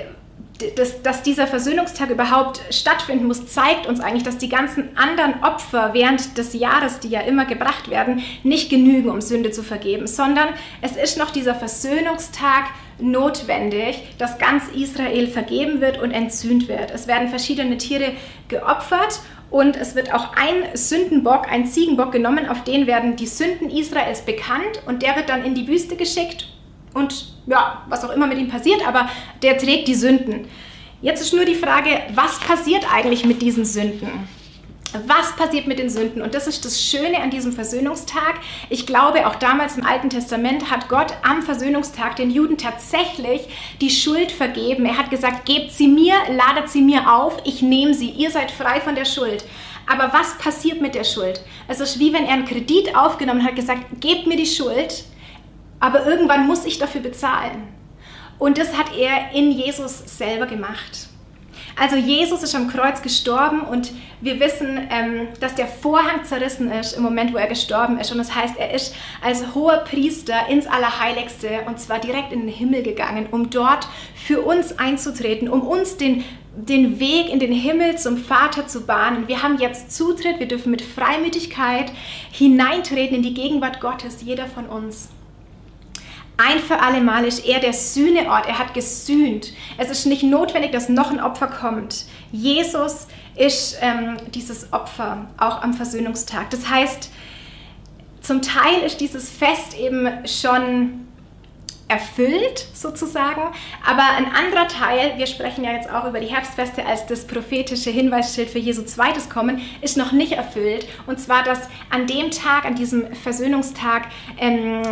dass dieser Versöhnungstag überhaupt stattfinden muss, zeigt uns eigentlich, dass die ganzen anderen Opfer während des Jahres, die ja immer gebracht werden, nicht genügen, um Sünde zu vergeben, sondern es ist noch dieser Versöhnungstag notwendig, dass ganz Israel vergeben wird und entsühnt wird. Es werden verschiedene Tiere geopfert und es wird auch ein Sündenbock, ein Ziegenbock genommen, auf den werden die Sünden Israels bekannt und der wird dann in die Wüste geschickt. Und ja, was auch immer mit ihm passiert, aber der trägt die Sünden. Jetzt ist nur die Frage, was passiert eigentlich mit diesen Sünden? Was passiert mit den Sünden? Und das ist das Schöne an diesem Versöhnungstag. Ich glaube, auch damals im Alten Testament hat Gott am Versöhnungstag den Juden tatsächlich die Schuld vergeben. Er hat gesagt, gebt sie mir, ladet sie mir auf, ich nehme sie, ihr seid frei von der Schuld. Aber was passiert mit der Schuld? Es ist wie wenn er einen Kredit aufgenommen hat, gesagt, gebt mir die Schuld, aber irgendwann muss ich dafür bezahlen. Und das hat er in Jesus selber gemacht. Also Jesus ist am Kreuz gestorben und wir wissen, dass der Vorhang zerrissen ist im Moment, wo er gestorben ist. Und das heißt, er ist als hoher Priester ins Allerheiligste und zwar direkt in den Himmel gegangen, um dort für uns einzutreten, um uns den Weg in den Himmel zum Vater zu bahnen. Wir haben jetzt Zutritt, wir dürfen mit Freimütigkeit hineintreten in die Gegenwart Gottes, jeder von uns. Ein für alle Mal ist er der Sühneort, er hat gesühnt. Es ist nicht notwendig, dass noch ein Opfer kommt. Jesus ist dieses Opfer, auch am Versöhnungstag. Das heißt, zum Teil ist dieses Fest eben schon erfüllt sozusagen, aber ein anderer Teil, wir sprechen ja jetzt auch über die Herbstfeste als das prophetische Hinweisschild für Jesu zweites Kommen, ist noch nicht erfüllt. Und zwar, dass an dem Tag, an diesem Versöhnungstag,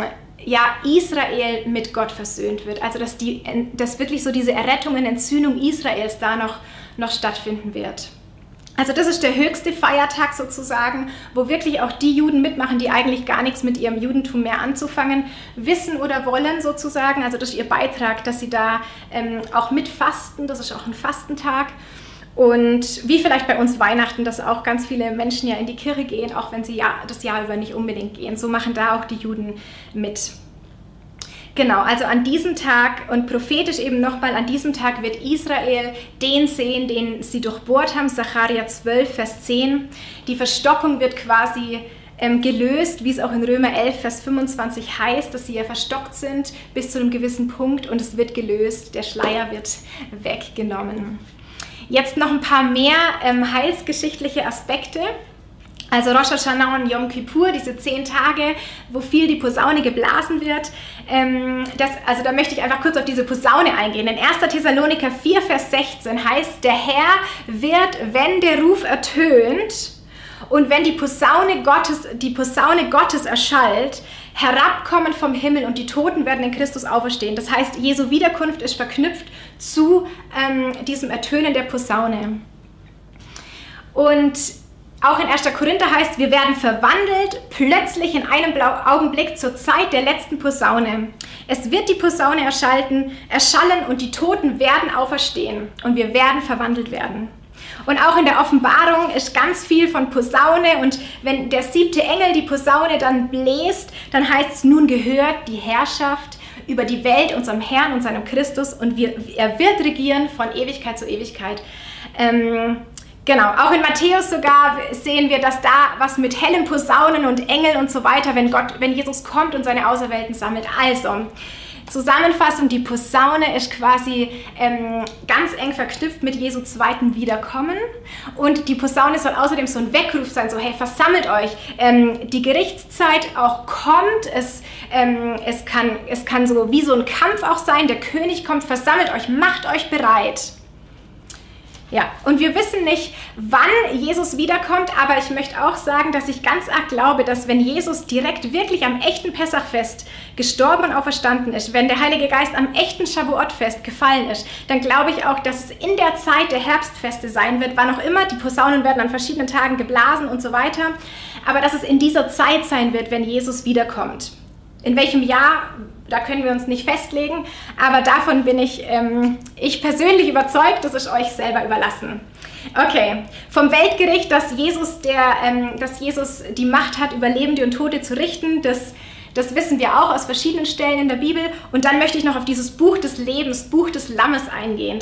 Israel mit Gott versöhnt wird. Also dass wirklich so diese Errettung und Entsühnung Israels da noch stattfinden wird. Also das ist der höchste Feiertag sozusagen, wo wirklich auch die Juden mitmachen, die eigentlich gar nichts mit ihrem Judentum mehr anzufangen wissen oder wollen sozusagen. Also das ist ihr Beitrag, dass sie da auch mitfasten. Das ist auch ein Fastentag. Und wie vielleicht bei uns Weihnachten, dass auch ganz viele Menschen ja in die Kirche gehen, auch wenn sie das Jahr über nicht unbedingt gehen. So machen da auch die Juden mit. Genau, also an diesem Tag und prophetisch eben nochmal, an diesem Tag wird Israel den sehen, den sie durchbohrt haben, Sacharja 12, Vers 10. Die Verstockung wird quasi gelöst, wie es auch in Römer 11, Vers 25 heißt, dass sie ja verstockt sind bis zu einem gewissen Punkt und es wird gelöst, der Schleier wird weggenommen. Jetzt noch ein paar mehr heilsgeschichtliche Aspekte. Also Rosh Hashanah und Yom Kippur, diese 10 Tage, wo viel die Posaune geblasen wird. Da möchte ich einfach kurz auf diese Posaune eingehen. In 1. Thessaloniker 4, Vers 16 heißt, der Herr wird, wenn der Ruf ertönt und wenn die Posaune Gottes erschallt, herabkommen vom Himmel und die Toten werden in Christus auferstehen. Das heißt, Jesu Wiederkunft ist verknüpft zu diesem Ertönen der Posaune. Und auch in 1. Korinther heißt, wir werden verwandelt, plötzlich in einem Augenblick zur Zeit der letzten Posaune. Es wird die Posaune erschallen und die Toten werden auferstehen und wir werden verwandelt werden. Und auch in der Offenbarung ist ganz viel von Posaune und wenn der 7. Engel die Posaune dann bläst, dann heißt es, nun gehört die Herrschaft über die Welt unserem Herrn und seinem Christus und er wird regieren von Ewigkeit zu Ewigkeit. Genau, auch in Matthäus sogar sehen wir, dass da was mit hellen Posaunen und Engeln und so weiter, wenn Jesus kommt und seine Auserwählten sammelt. Also, Zusammenfassung, die Posaune ist quasi ganz eng verknüpft mit Jesu zweiten Wiederkommen und die Posaune soll außerdem so ein Weckruf sein, so hey, versammelt euch, die Gerichtszeit auch kommt, es kann so wie so ein Kampf auch sein, der König kommt, versammelt euch, macht euch bereit. Ja, und wir wissen nicht, wann Jesus wiederkommt, aber ich möchte auch sagen, dass ich ganz arg glaube, dass wenn Jesus direkt wirklich am echten Pessachfest gestorben und auferstanden ist, wenn der Heilige Geist am echten Shavuot-Fest gefallen ist, dann glaube ich auch, dass es in der Zeit der Herbstfeste sein wird, wann auch immer, die Posaunen werden an verschiedenen Tagen geblasen und so weiter, aber dass es in dieser Zeit sein wird, wenn Jesus wiederkommt. In welchem Jahr, da können wir uns nicht festlegen, aber davon bin ich persönlich überzeugt, das ist euch selber überlassen. Okay, vom Weltgericht, dass Jesus die Macht hat, über Lebende und Tote zu richten, das wissen wir auch aus verschiedenen Stellen in der Bibel. Und dann möchte ich noch auf dieses Buch des Lebens, Buch des Lammes eingehen.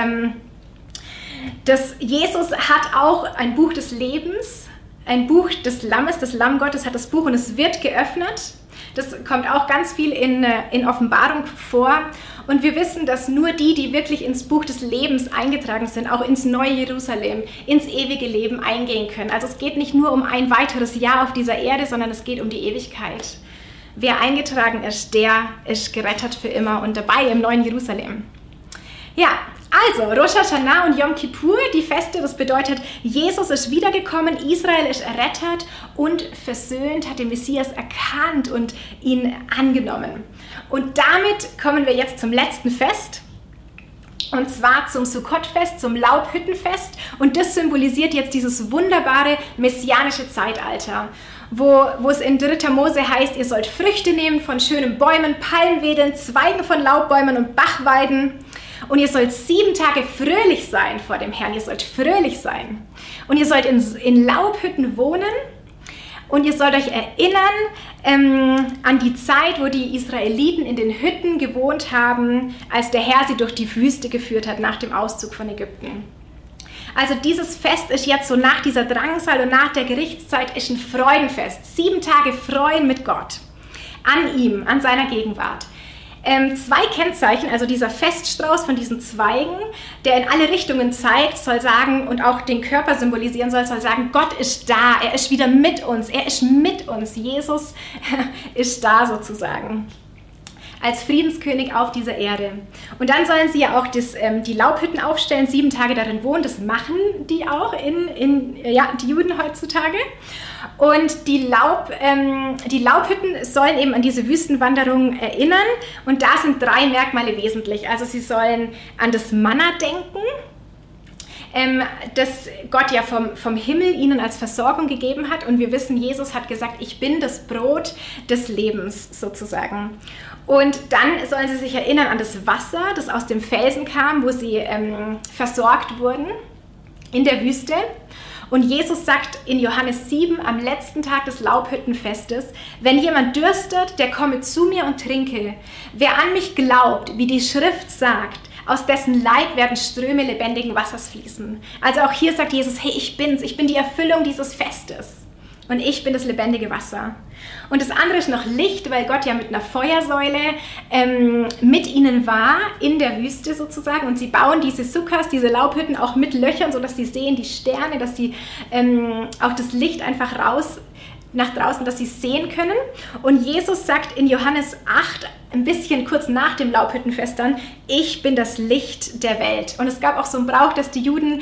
Jesus hat auch ein Buch des Lebens, ein Buch des Lammes, das Lamm Gottes hat das Buch und es wird geöffnet. Das kommt auch ganz viel in Offenbarung vor. Und wir wissen, dass nur die wirklich ins Buch des Lebens eingetragen sind, auch ins neue Jerusalem, ins ewige Leben eingehen können. Also es geht nicht nur um ein weiteres Jahr auf dieser Erde, sondern es geht um die Ewigkeit. Wer eingetragen ist, der ist gerettet für immer und dabei im neuen Jerusalem. Ja, also Rosh Hashanah und Yom Kippur, die Feste, das bedeutet, Jesus ist wiedergekommen, Israel ist errettet und versöhnt, hat den Messias erkannt und ihn angenommen. Und damit kommen wir jetzt zum letzten Fest, und zwar zum Sukkot-Fest, zum Laubhüttenfest. Und das symbolisiert jetzt dieses wunderbare messianische Zeitalter, wo es in 3. Mose heißt, ihr sollt Früchte nehmen von schönen Bäumen, Palmwedeln, Zweigen von Laubbäumen und Bachweiden. Und ihr sollt 7 Tage fröhlich sein vor dem Herrn. Ihr sollt fröhlich sein. Und ihr sollt in Laubhütten wohnen. Und ihr sollt euch erinnern an die Zeit, wo die Israeliten in den Hütten gewohnt haben, als der Herr sie durch die Wüste geführt hat nach dem Auszug von Ägypten. Also dieses Fest ist jetzt so nach dieser Drangsal und nach der Gerichtszeit ist ein Freudenfest. 7 Tage freuen mit Gott. An ihm, an seiner Gegenwart. 2 Kennzeichen, also dieser Feststrauß von diesen Zweigen, der in alle Richtungen zeigt, soll sagen und auch den Körper symbolisieren soll sagen, Gott ist da, er ist wieder mit uns, er ist mit uns, Jesus ist da sozusagen. als Friedenskönig auf dieser Erde. Und dann sollen sie ja auch die Laubhütten aufstellen, 7 Tage darin wohnen. Das machen die auch die Juden heutzutage. Und die Laubhütten sollen eben an diese Wüstenwanderung erinnern. Und da sind 3 Merkmale wesentlich. Also sie sollen an das Manna denken, das Gott ja vom Himmel ihnen als Versorgung gegeben hat. Und wir wissen, Jesus hat gesagt, ich bin das Brot des Lebens sozusagen. Und dann sollen sie sich erinnern an das Wasser, das aus dem Felsen kam, wo sie versorgt wurden in der Wüste. Und Jesus sagt in Johannes 7 am letzten Tag des Laubhüttenfestes, wenn jemand dürstet, der komme zu mir und trinke. Wer an mich glaubt, wie die Schrift sagt, aus dessen Leib werden Ströme lebendigen Wassers fließen. Also auch hier sagt Jesus, hey, ich bin die Erfüllung dieses Festes. Und ich bin das lebendige Wasser. Und das andere ist noch Licht, weil Gott ja mit einer Feuersäule mit ihnen war, in der Wüste sozusagen. Und sie bauen diese Sukkas, diese Laubhütten auch mit Löchern, sodass sie sehen die Sterne, dass sie auch das Licht einfach nach draußen, dass sie sehen können. Und Jesus sagt in Johannes 8, ein bisschen kurz nach dem Laubhüttenfest dann, ich bin das Licht der Welt. Und es gab auch so einen Brauch, dass die Juden,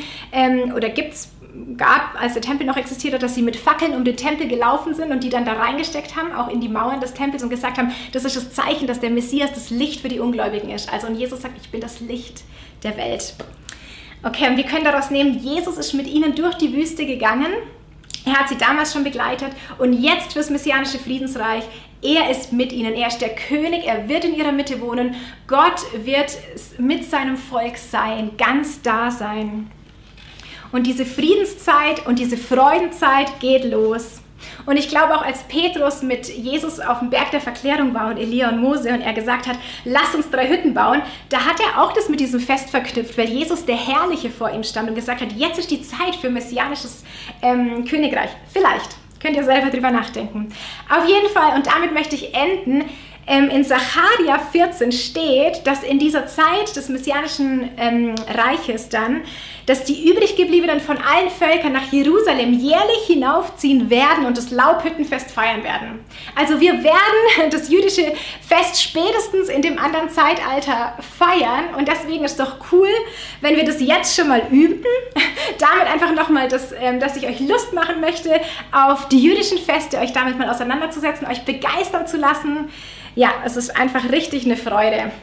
als der Tempel noch existiert hat, dass sie mit Fackeln um den Tempel gelaufen sind und die dann da reingesteckt haben, auch in die Mauern des Tempels und gesagt haben, das ist das Zeichen, dass der Messias das Licht für die Ungläubigen ist. Also und Jesus sagt, ich bin das Licht der Welt. Okay, und wir können daraus nehmen, Jesus ist mit ihnen durch die Wüste gegangen. Er hat sie damals schon begleitet und jetzt fürs messianische Friedensreich, er ist mit ihnen, er ist der König, er wird in ihrer Mitte wohnen, Gott wird mit seinem Volk sein, ganz da sein. Und diese Friedenszeit und diese Freudenzeit geht los. Und ich glaube auch, als Petrus mit Jesus auf dem Berg der Verklärung war und Elia und Mose und er gesagt hat, lasst uns 3 Hütten bauen, da hat er auch das mit diesem Fest verknüpft, weil Jesus der Herrliche vor ihm stand und gesagt hat, jetzt ist die Zeit für messianisches Königreich. Vielleicht, könnt ihr selber drüber nachdenken. Auf jeden Fall, und damit möchte ich enden, in Sacharja 14 steht, dass in dieser Zeit des messianischen Reiches dann, dass die übriggebliebenen von allen Völkern nach Jerusalem jährlich hinaufziehen werden und das Laubhüttenfest feiern werden. Also wir werden das jüdische Fest spätestens in dem anderen Zeitalter feiern und deswegen ist es doch cool, wenn wir das jetzt schon mal üben. Damit einfach nochmal, dass ich euch Lust machen möchte, auf die jüdischen Feste, euch damit mal auseinanderzusetzen, euch begeistern zu lassen. Ja, es ist einfach richtig eine Freude.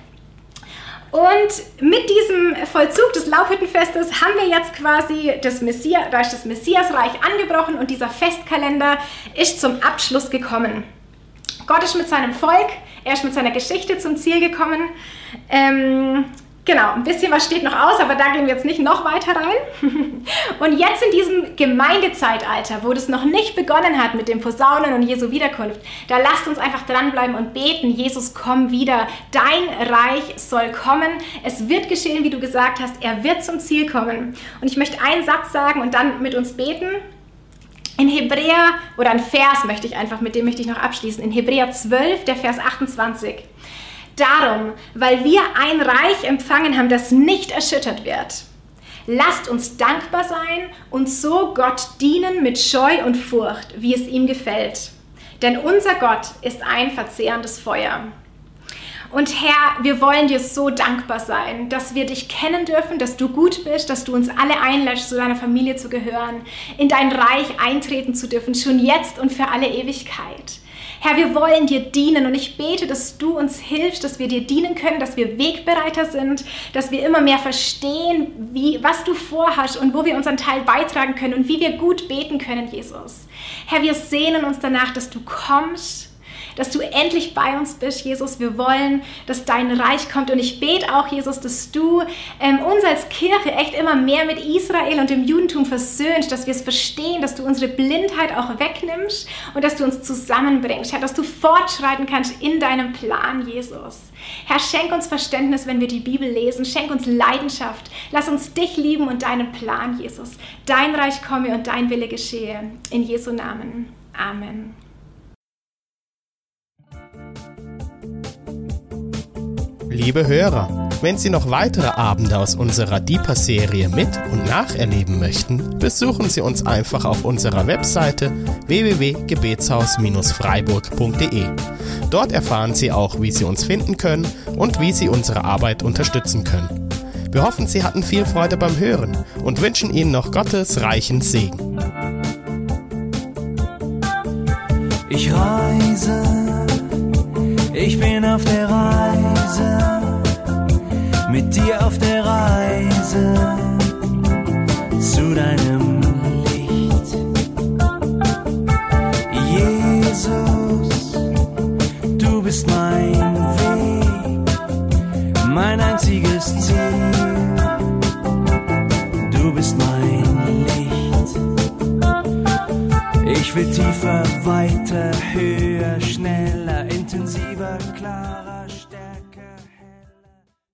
Und mit diesem Vollzug des Laubhüttenfestes haben wir jetzt quasi das Messiasreich angebrochen und dieser Festkalender ist zum Abschluss gekommen. Gott ist mit seinem Volk, er ist mit seiner Geschichte zum Ziel gekommen. Genau, ein bisschen was steht noch aus, aber da gehen wir jetzt nicht noch weiter rein. Und jetzt in diesem Gemeindezeitalter, wo das noch nicht begonnen hat mit dem Posaunen und Jesu Wiederkunft, da lasst uns einfach dranbleiben und beten, Jesus, komm wieder, dein Reich soll kommen, es wird geschehen, wie du gesagt hast, er wird zum Ziel kommen. Und ich möchte einen Satz sagen und dann mit uns beten. In Hebräer, oder ein Vers mit dem möchte ich noch abschließen, in Hebräer 12, der Vers 28. Darum, weil wir ein Reich empfangen haben, das nicht erschüttert wird, lasst uns dankbar sein und so Gott dienen mit Scheu und Furcht, wie es ihm gefällt. Denn unser Gott ist ein verzehrendes Feuer. Und Herr, wir wollen dir so dankbar sein, dass wir dich kennen dürfen, dass du gut bist, dass du uns alle einlädst, zu deiner Familie zu gehören, in dein Reich eintreten zu dürfen, schon jetzt und für alle Ewigkeit. Herr, wir wollen dir dienen und ich bete, dass du uns hilfst, dass wir dir dienen können, dass wir Wegbereiter sind, dass wir immer mehr verstehen, was du vorhast und wo wir unseren Teil beitragen können und wie wir gut beten können, Jesus. Herr, wir sehnen uns danach, dass du kommst, dass du endlich bei uns bist, Jesus. Wir wollen, dass dein Reich kommt und ich bete auch, Jesus, dass du uns als Kirche echt immer mehr mit Israel und dem Judentum versöhnst, dass wir es verstehen, dass du unsere Blindheit auch wegnimmst und dass du uns zusammenbringst, Herr, dass du fortschreiten kannst in deinem Plan, Jesus. Herr, schenk uns Verständnis, wenn wir die Bibel lesen, schenk uns Leidenschaft, lass uns dich lieben und deinen Plan, Jesus. Dein Reich komme und dein Wille geschehe. In Jesu Namen. Amen. Liebe Hörer, Wenn Sie noch weitere Abende aus unserer Deeper-Serie mit- und nacherleben möchten, besuchen Sie uns einfach auf unserer Webseite www.gebetshaus-freiburg.de. Dort erfahren Sie auch, wie Sie uns finden können und wie Sie unsere Arbeit unterstützen können. Wir hoffen, Sie hatten viel Freude beim Hören und wünschen Ihnen noch Gottes reichen Segen. Ich reise, ich bin auf der Reise. Mit dir auf der Reise zu deinem Licht. Jesus, du bist mein Weg, mein einziges Ziel. Du bist mein Licht. Ich will tiefer, weiter, höher, schneller, intensiver, klarer.